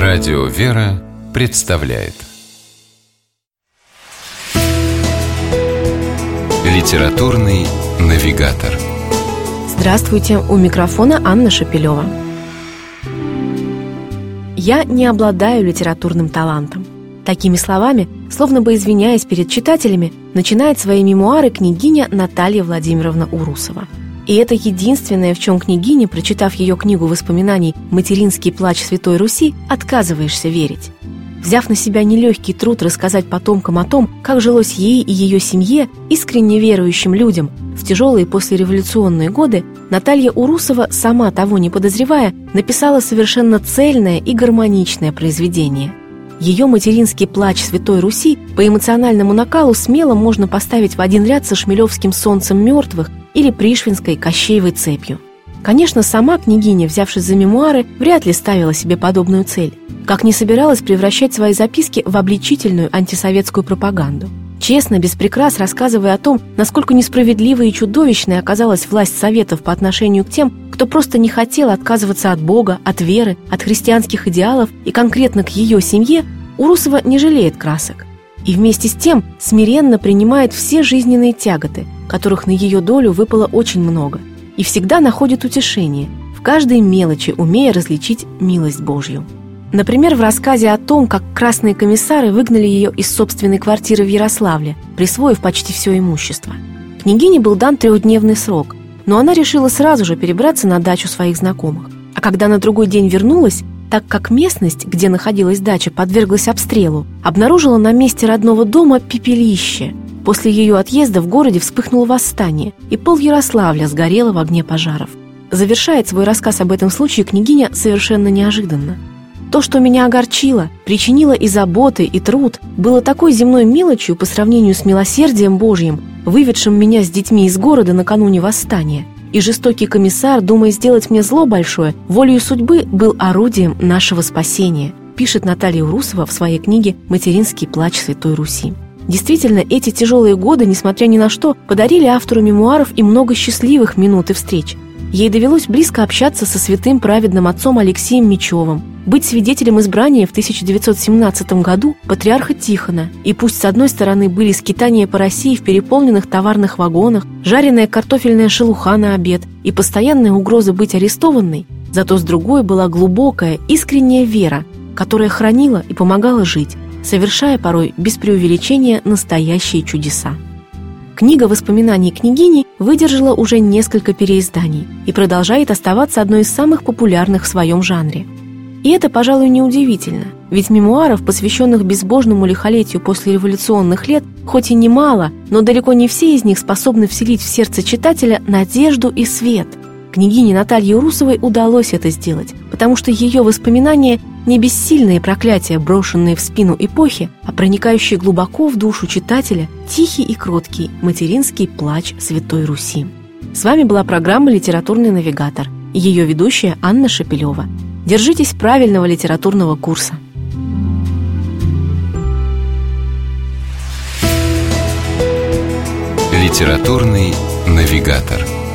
Радио «Вера» представляет Литературный навигатор. Здравствуйте, у микрофона Анна Шапилева. Я не обладаю литературным талантом. Такими словами, словно бы извиняясь перед читателями, начинает свои мемуары княгиня Наталья Владимировна Урусова. И это единственное, в чем княгиня, прочитав ее книгу воспоминаний «Материнский плач Святой Руси», отказываешься верить. Взяв на себя нелегкий труд рассказать потомкам о том, как жилось ей и ее семье, искренне верующим людям, в тяжелые послереволюционные годы, Наталья Урусова, сама того не подозревая, написала совершенно цельное и гармоничное произведение. Ее «Материнский плач Святой Руси» по эмоциональному накалу смело можно поставить в один ряд со шмелевским «Солнцем мертвых» или пришвинской «Кощеевой цепью». Конечно, сама княгиня, взявшись за мемуары, вряд ли ставила себе подобную цель, как не собиралась превращать свои записки в обличительную антисоветскую пропаганду. Честно, без прикрас рассказывая о том, насколько несправедливой и чудовищной оказалась власть Советов по отношению к тем, кто просто не хотел отказываться от Бога, от веры, от христианских идеалов и конкретно к ее семье, Урусова не жалеет красок. И вместе с тем смиренно принимает все жизненные тяготы, которых на ее долю выпало очень много, и всегда находит утешение, в каждой мелочи умея различить милость Божью. Например, в рассказе о том, как красные комиссары выгнали ее из собственной квартиры в Ярославле, присвоив почти все имущество. Княгине был дан 3-дневный срок, но она решила сразу же перебраться на дачу своих знакомых. А когда на другой день вернулась, так как местность, где находилась дача, подверглась обстрелу, обнаружила на месте родного дома пепелище. После ее отъезда в городе вспыхнуло восстание, и пол-Ярославля сгорело в огне пожаров. Завершает свой рассказ об этом случае княгиня совершенно неожиданно. То, что меня огорчило, причинило и заботы, и труд, было такой земной мелочью по сравнению с милосердием Божьим, выведшим меня с детьми из города накануне восстания. И жестокий комиссар, думая сделать мне зло большое, волею судьбы был орудием нашего спасения, пишет Наталья Урусова в своей книге «Материнский плач Святой Руси». Действительно, эти тяжелые годы, несмотря ни на что, подарили автору мемуаров и много счастливых минут и встреч. Ей довелось близко общаться со святым праведным отцом Алексеем Мечевым, быть свидетелем избрания в 1917 году патриарха Тихона. И пусть с одной стороны были скитания по России в переполненных товарных вагонах, жареная картофельная шелуха на обед и постоянная угроза быть арестованной, зато с другой была глубокая, искренняя вера, которая хранила и помогала жить, совершая порой без преувеличения настоящие чудеса. Книга воспоминаний княгини выдержала уже несколько переизданий и продолжает оставаться одной из самых популярных в своем жанре. И это, пожалуй, неудивительно, ведь мемуаров, посвященных безбожному лихолетию послереволюционных лет, хоть и немало, но далеко не все из них способны вселить в сердце читателя надежду и свет. Княгине Наталье Урусовой удалось это сделать, потому что ее воспоминания не бессильные проклятия, брошенные в спину эпохи, а проникающие глубоко в душу читателя тихий и кроткий материнский плач Святой Руси. С вами была программа «Литературный навигатор» и ее ведущая Анна Шапилева. Держитесь правильного литературного курса. Литературный навигатор.